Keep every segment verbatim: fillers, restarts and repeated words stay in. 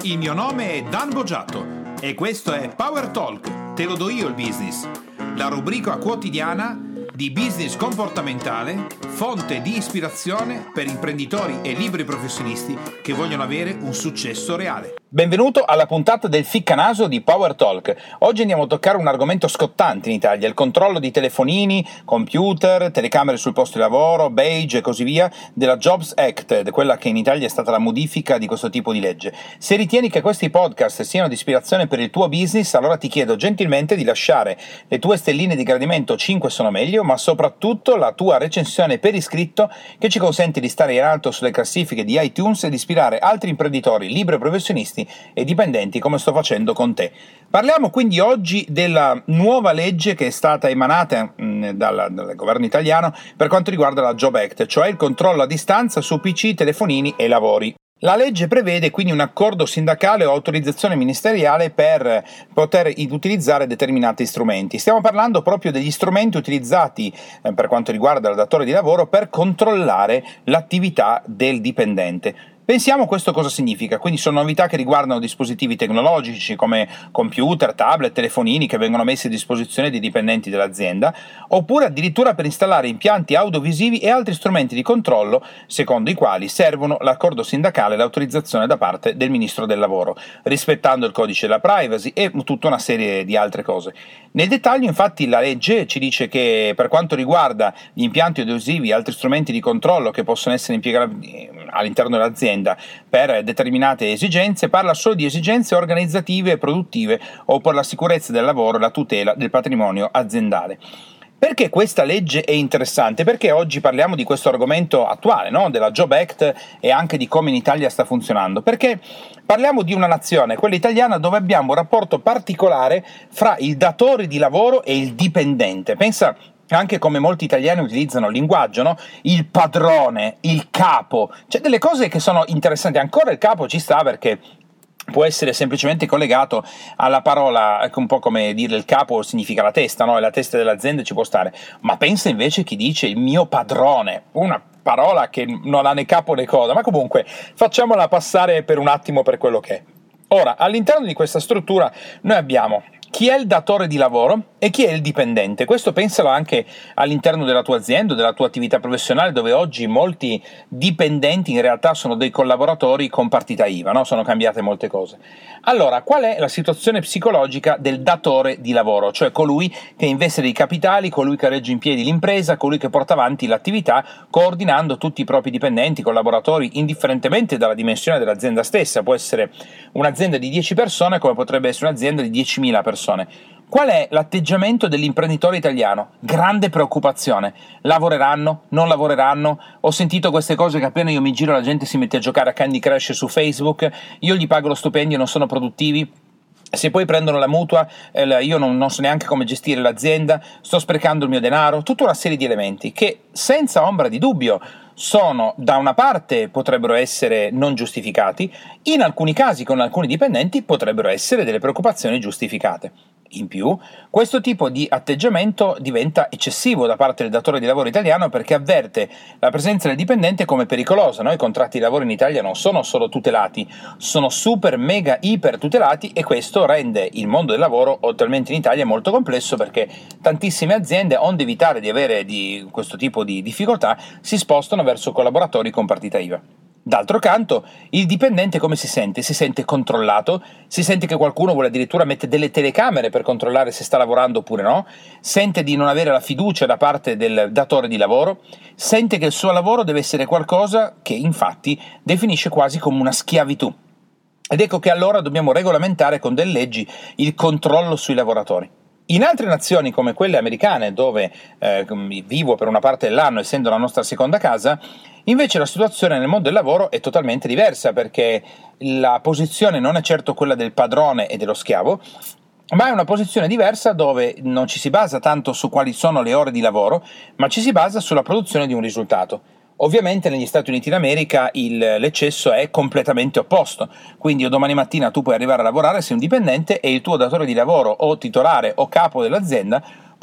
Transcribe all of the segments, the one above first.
Il mio nome è Dan Boggiato e questo è Power Talk, te lo do io il business, la rubrica quotidiana di business comportamentale, fonte di ispirazione per imprenditori e liberi professionisti che vogliono avere un successo reale. Benvenuto alla puntata del ficcanaso di Power Talk. Oggi andiamo a toccare un argomento scottante in Italia, il controllo di telefonini, computer, telecamere sul posto di lavoro, badge e così via, della Jobs Act, quella che in Italia è stata la modifica di questo tipo di legge. Se ritieni che questi podcast siano di ispirazione per il tuo business, allora ti chiedo gentilmente di lasciare le tue stelline di gradimento, cinque sono meglio, ma soprattutto la tua recensione per iscritto che ci consente di stare in alto sulle classifiche di iTunes e di ispirare altri imprenditori, liberi professionisti e dipendenti come sto facendo con te. Parliamo quindi oggi della nuova legge che è stata emanata mh, dal, dal governo italiano per quanto riguarda la Job Act, cioè il controllo a distanza su P C, telefonini e lavori. La legge prevede quindi un accordo sindacale o autorizzazione ministeriale per poter utilizzare determinati strumenti. Stiamo parlando proprio degli strumenti utilizzati eh, per quanto riguarda il datore di lavoro per controllare l'attività del dipendente. Pensiamo a questo cosa significa, quindi sono novità che riguardano dispositivi tecnologici come computer, tablet, telefonini che vengono messi a disposizione dei dipendenti dell'azienda, oppure addirittura per installare impianti audiovisivi e altri strumenti di controllo, secondo i quali servono l'accordo sindacale e l'autorizzazione da parte del Ministro del Lavoro, rispettando il codice della privacy e tutta una serie di altre cose. Nel dettaglio, infatti, la legge ci dice che per quanto riguarda gli impianti audiovisivi e altri strumenti di controllo che possono essere impiegati all'interno dell'azienda per determinate esigenze, parla solo di esigenze organizzative e produttive o per la sicurezza del lavoro e la tutela del patrimonio aziendale. Perché questa legge è interessante? Perché oggi parliamo di questo argomento attuale, no? Della Job Act e anche di come in Italia sta funzionando. Perché parliamo di una nazione, quella italiana, dove abbiamo un rapporto particolare fra il datore di lavoro e il dipendente. Pensa anche come molti italiani utilizzano il linguaggio, no? Il padrone, il capo, cioè delle cose che sono interessanti. Ancora il capo ci sta perché può essere semplicemente collegato alla parola, un po' come dire il capo significa la testa, no? E la testa dell'azienda ci può stare, ma pensa invece chi dice il mio padrone, una parola che non ha né capo né coda, ma comunque facciamola passare per un attimo per quello che è. Ora, all'interno di questa struttura noi abbiamo chi è il datore di lavoro e chi è il dipendente. Questo pensalo anche all'interno della tua azienda, della tua attività professionale, dove oggi molti dipendenti in realtà sono dei collaboratori con partita I V A, no? Sono cambiate molte cose. Allora, qual è la situazione psicologica del datore di lavoro? Cioè colui che investe dei capitali, colui che regge in piedi l'impresa, colui che porta avanti l'attività, coordinando tutti i propri dipendenti, collaboratori, indifferentemente dalla dimensione dell'azienda stessa. Può essere un'azienda di dieci persone come potrebbe essere un'azienda di diecimila persone. Qual è l'atteggiamento dell'imprenditore italiano? Grande preoccupazione. Lavoreranno? Non lavoreranno? Ho sentito queste cose che appena io mi giro la gente si mette a giocare a Candy Crush su Facebook, io gli pago lo stipendio, non sono produttivi. Se poi prendono la mutua, eh, io non, non so neanche come gestire l'azienda, sto sprecando il mio denaro, tutta una serie di elementi che senza ombra di dubbio sono, da una parte potrebbero essere non giustificati, in alcuni casi con alcuni dipendenti potrebbero essere delle preoccupazioni giustificate. In più, questo tipo di atteggiamento diventa eccessivo da parte del datore di lavoro italiano perché avverte la presenza del dipendente come pericolosa, no? I contratti di lavoro in Italia non sono solo tutelati, sono super mega iper tutelati e questo rende il mondo del lavoro, attualmente in Italia, molto complesso perché tantissime aziende, onde evitare di avere di questo tipo di difficoltà, si spostano verso collaboratori con partita I V A. D'altro canto, il dipendente come si sente? Si sente controllato, si sente che qualcuno vuole addirittura mettere delle telecamere per controllare se sta lavorando oppure no, sente di non avere la fiducia da parte del datore di lavoro, sente che il suo lavoro deve essere qualcosa che infatti definisce quasi come una schiavitù. Ed ecco che allora dobbiamo regolamentare con delle leggi il controllo sui lavoratori. In altre nazioni come quelle americane, dove eh, vivo per una parte dell'anno, essendo la nostra seconda casa, invece la situazione nel mondo del lavoro è totalmente diversa, perché la posizione non è certo quella del padrone e dello schiavo, ma è una posizione diversa dove non ci si basa tanto su quali sono le ore di lavoro, ma ci si basa sulla produzione di un risultato. Ovviamente negli Stati Uniti d'America il, l'eccesso è completamente opposto, quindi io domani mattina tu puoi arrivare a lavorare, sei un dipendente e il tuo datore di lavoro o titolare o capo dell'azienda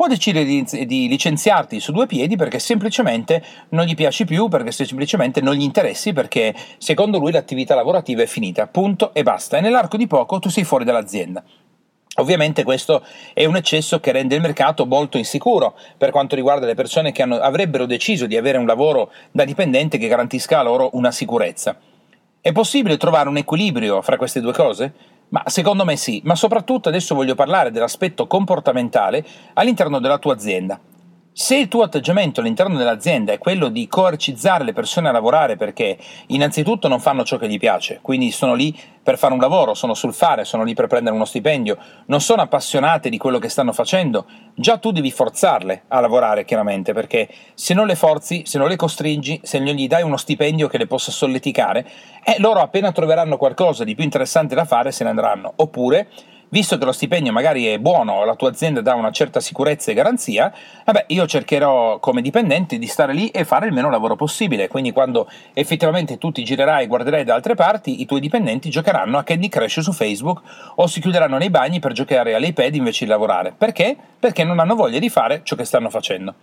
può decidere di, di licenziarti su due piedi perché semplicemente non gli piaci più, perché semplicemente non gli interessi, perché secondo lui l'attività lavorativa è finita, punto e basta, e nell'arco di poco tu sei fuori dall'azienda. Ovviamente questo è un eccesso che rende il mercato molto insicuro per quanto riguarda le persone che hanno, avrebbero deciso di avere un lavoro da dipendente che garantisca a loro una sicurezza. È possibile trovare un equilibrio fra queste due cose? Ma secondo me sì, ma soprattutto adesso voglio parlare dell'aspetto comportamentale all'interno della tua azienda. Se il tuo atteggiamento all'interno dell'azienda è quello di coercizzare le persone a lavorare perché innanzitutto non fanno ciò che gli piace, quindi sono lì per fare un lavoro, sono sul fare, sono lì per prendere uno stipendio, non sono appassionate di quello che stanno facendo, già tu devi forzarle a lavorare chiaramente, perché se non le forzi, se non le costringi, se non gli dai uno stipendio che le possa solleticare, eh, loro appena troveranno qualcosa di più interessante da fare se ne andranno, oppure visto che lo stipendio magari è buono, la tua azienda dà una certa sicurezza e garanzia, vabbè, io cercherò come dipendente di stare lì e fare il meno lavoro possibile, quindi quando effettivamente tu ti girerai e guarderai da altre parti, i tuoi dipendenti giocheranno a Candy Crush su Facebook o si chiuderanno nei bagni per giocare all'iPad invece di lavorare. Perché? Perché non hanno voglia di fare ciò che stanno facendo.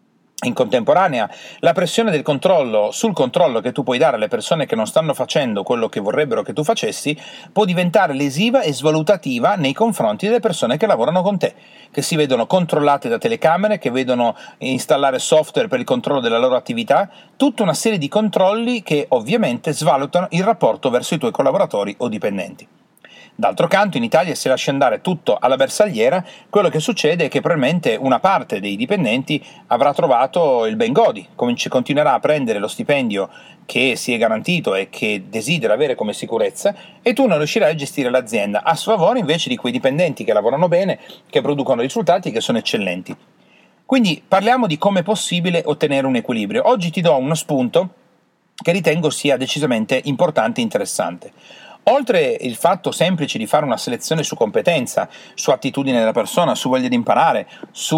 In contemporanea, la pressione del controllo sul controllo che tu puoi dare alle persone che non stanno facendo quello che vorrebbero che tu facessi può diventare lesiva e svalutativa nei confronti delle persone che lavorano con te, che si vedono controllate da telecamere, che vedono installare software per il controllo della loro attività, tutta una serie di controlli che ovviamente svalutano il rapporto verso i tuoi collaboratori o dipendenti. D'altro canto, in Italia, se lasci andare tutto alla bersagliera, quello che succede è che probabilmente una parte dei dipendenti avrà trovato il bengodi, continuerà a prendere lo stipendio che si è garantito e che desidera avere come sicurezza, e tu non riuscirai a gestire l'azienda a sfavore invece di quei dipendenti che lavorano bene, che producono risultati che sono eccellenti. Quindi parliamo di come è possibile ottenere un equilibrio. Oggi ti do uno spunto che ritengo sia decisamente importante e interessante. Oltre il fatto semplice di fare una selezione su competenza, su attitudine della persona, su voglia di imparare, su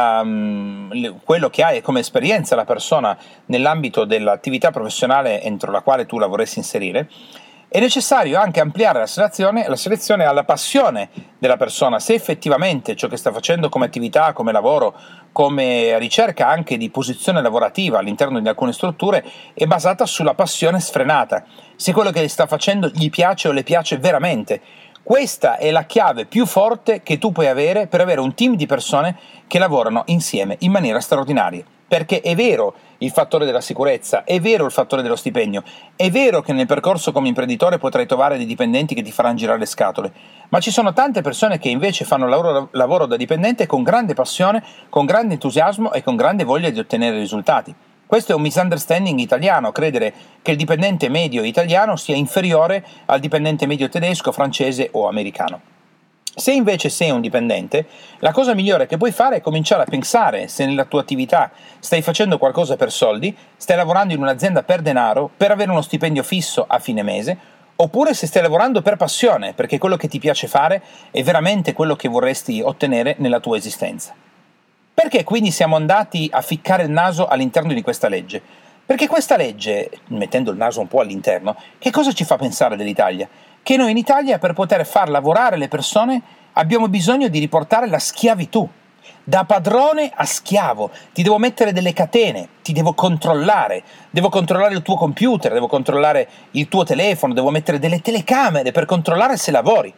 um, quello che hai come esperienza la persona nell'ambito dell'attività professionale entro la quale tu la vorresti inserire, è necessario anche ampliare la selezione, la selezione alla passione della persona, se effettivamente ciò che sta facendo come attività, come lavoro, come ricerca anche di posizione lavorativa all'interno di alcune strutture è basata sulla passione sfrenata, se quello che sta facendo gli piace o le piace veramente. Questa è la chiave più forte che tu puoi avere per avere un team di persone che lavorano insieme in maniera straordinaria. Perché è vero il fattore della sicurezza, è vero il fattore dello stipendio, è vero che nel percorso come imprenditore potrai trovare dei dipendenti che ti faranno girare le scatole, ma ci sono tante persone che invece fanno il lavoro, lavoro da dipendente con grande passione, con grande entusiasmo e con grande voglia di ottenere risultati. Questo è un misunderstanding italiano, credere che il dipendente medio italiano sia inferiore al dipendente medio tedesco, francese o americano. Se invece sei un dipendente, la cosa migliore che puoi fare è cominciare a pensare se nella tua attività stai facendo qualcosa per soldi, stai lavorando in un'azienda per denaro, per avere uno stipendio fisso a fine mese, oppure se stai lavorando per passione, perché quello che ti piace fare è veramente quello che vorresti ottenere nella tua esistenza. Perché quindi siamo andati a ficcare il naso all'interno di questa legge? Perché questa legge, mettendo il naso un po' all'interno, che cosa ci fa pensare dell'Italia? Che noi in Italia per poter far lavorare le persone abbiamo bisogno di riportare la schiavitù. Da padrone a schiavo, ti devo mettere delle catene, ti devo controllare, devo controllare il tuo computer, devo controllare il tuo telefono, devo mettere delle telecamere per controllare se lavori.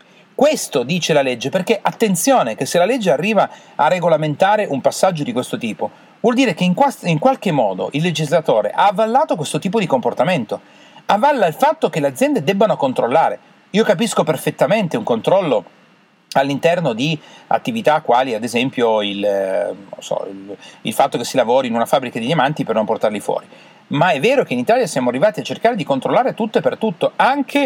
Questo dice la legge, perché attenzione che se la legge arriva a regolamentare un passaggio di questo tipo, vuol dire che in, qua- in qualche modo il legislatore ha avallato questo tipo di comportamento, avalla il fatto che le aziende debbano controllare. Io capisco perfettamente un controllo all'interno di attività quali ad esempio il, eh, non so, il, il fatto che si lavori in una fabbrica di diamanti per non portarli fuori, ma è vero che in Italia siamo arrivati a cercare di controllare tutto e per tutto, anche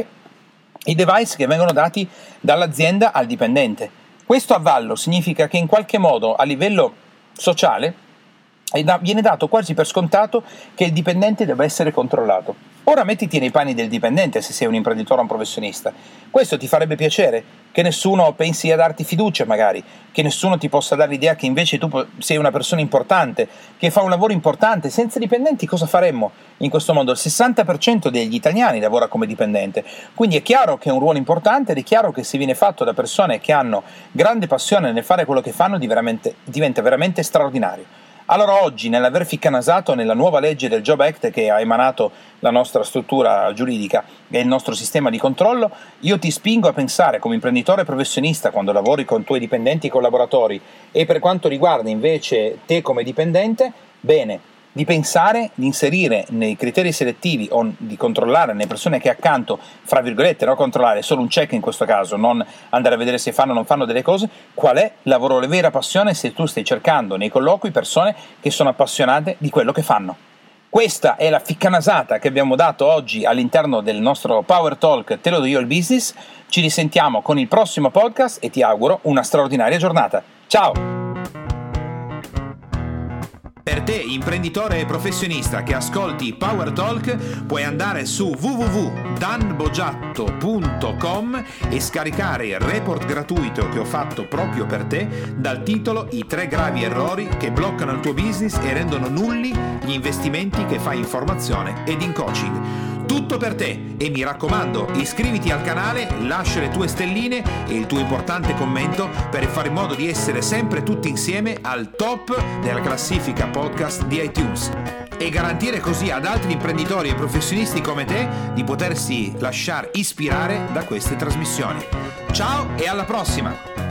i device che vengono dati dall'azienda al dipendente. Questo avallo significa che in qualche modo a livello sociale viene dato quasi per scontato che il dipendente debba essere controllato. Ora mettiti nei panni del dipendente se sei un imprenditore o un professionista. Questo ti farebbe piacere? Che nessuno pensi a darti fiducia magari, che nessuno ti possa dare l'idea che invece tu sei una persona importante, che fa un lavoro importante. Senza dipendenti cosa faremmo in questo mondo? Il sessanta per cento degli italiani lavora come dipendente, quindi è chiaro che è un ruolo importante ed è chiaro che se viene fatto da persone che hanno grande passione nel fare quello che fanno veramente, diventa veramente straordinario. Allora oggi, nell'aver ficcanasato nella nuova legge del Job Act che ha emanato la nostra struttura giuridica e il nostro sistema di controllo, io ti spingo a pensare come imprenditore professionista quando lavori con tuoi dipendenti e collaboratori, e per quanto riguarda invece te come dipendente, bene, di pensare di inserire nei criteri selettivi o di controllare le persone che accanto, fra virgolette, no, controllare, solo un check in questo caso, non andare a vedere se fanno o non fanno delle cose, qual è la loro vera passione, se tu stai cercando nei colloqui persone che sono appassionate di quello che fanno. Questa è la ficcanasata che abbiamo dato oggi all'interno del nostro Power Talk Te lo do io il business. Ci risentiamo con il prossimo podcast e ti auguro una straordinaria giornata. Ciao! Per te, imprenditore e professionista che ascolti Power Talk, puoi andare su w w w punto dan boggiatto punto com e scaricare il report gratuito che ho fatto proprio per te dal titolo I tre gravi errori che bloccano il tuo business e rendono nulli gli investimenti che fai in formazione ed in coaching. Tutto per te, e mi raccomando, iscriviti al canale, lascia le tue stelline e il tuo importante commento per fare in modo di essere sempre tutti insieme al top della classifica podcast di iTunes e garantire così ad altri imprenditori e professionisti come te di potersi lasciare ispirare da queste trasmissioni. Ciao e alla prossima!